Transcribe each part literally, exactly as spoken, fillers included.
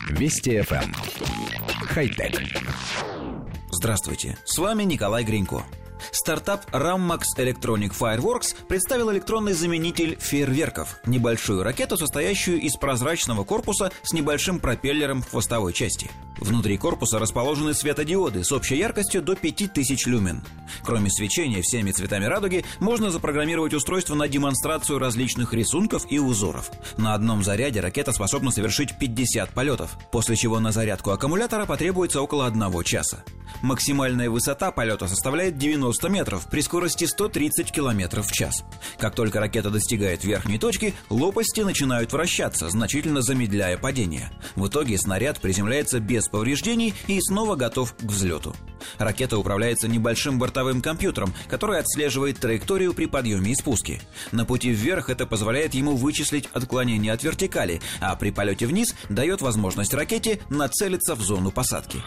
Вести эф эм. Хай-тек. Здравствуйте, с вами Николай Гринько. Стартап Rammax Electronic Fireworks представил электронный заменитель фейерверков – небольшую ракету, состоящую из прозрачного корпуса с небольшим пропеллером в хвостовой части. Внутри корпуса расположены светодиоды с общей яркостью до пяти тысяч люмен. Кроме свечения всеми цветами радуги, можно запрограммировать устройство на демонстрацию различных рисунков и узоров. На одном заряде ракета способна совершить пятьдесят полетов, после чего на зарядку аккумулятора потребуется около одного часа. Максимальная высота полета составляет девяносто метров при скорости сто тридцать километров в час. Как только ракета достигает верхней точки, лопасти начинают вращаться, значительно замедляя падение. В итоге снаряд приземляется без повреждений и снова готов к взлету. Ракета управляется небольшим бортовым компьютером, который отслеживает траекторию при подъеме и спуске. На пути вверх это позволяет ему вычислить отклонение от вертикали, а при полете вниз дает возможность ракете нацелиться в зону посадки.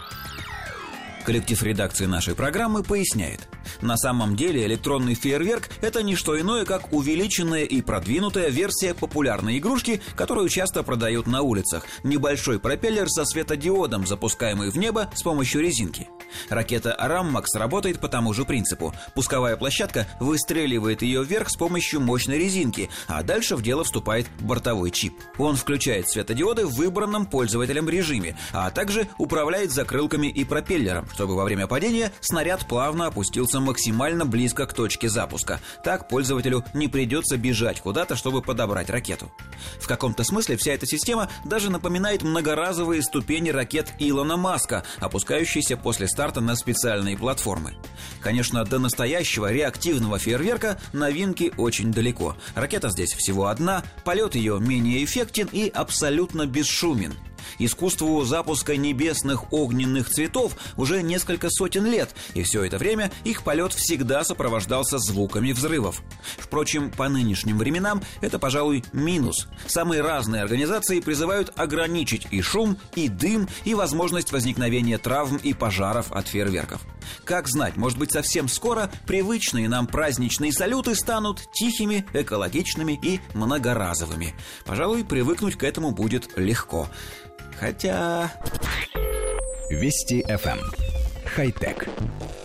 Коллектив редакции нашей программы поясняет. На самом деле электронный фейерверк – это не что иное, как увеличенная и продвинутая версия популярной игрушки, которую часто продают на улицах. Небольшой пропеллер со светодиодом, запускаемый в небо с помощью резинки. Ракета Rammax работает по тому же принципу. Пусковая площадка выстреливает ее вверх с помощью мощной резинки, а дальше в дело вступает бортовой чип. Он включает светодиоды в выбранном пользователем режиме, а также управляет закрылками и пропеллером, чтобы во время падения снаряд плавно опустился максимально близко к точке запуска. Так пользователю не придется бежать куда-то, чтобы подобрать ракету. В каком-то смысле вся эта система даже напоминает многоразовые ступени ракет Илона Маска, опускающиеся после старта на специальные платформы. Конечно, до настоящего реактивного фейерверка новинки очень далеко. Ракета здесь всего одна, полет ее менее эффектен и абсолютно бесшумен. Искусству запуска небесных огненных цветов уже несколько сотен лет, и все это время их полет всегда сопровождался звуками взрывов. Впрочем, по нынешним временам это, пожалуй, минус. Самые разные организации призывают ограничить и шум, и дым, и возможность возникновения травм и пожаров от фейерверков. Как знать, может быть, совсем скоро привычные нам праздничные салюты станут тихими, экологичными и многоразовыми. Пожалуй, привыкнуть к этому будет легко. Хотя... Вести эф эм. Хай-тек.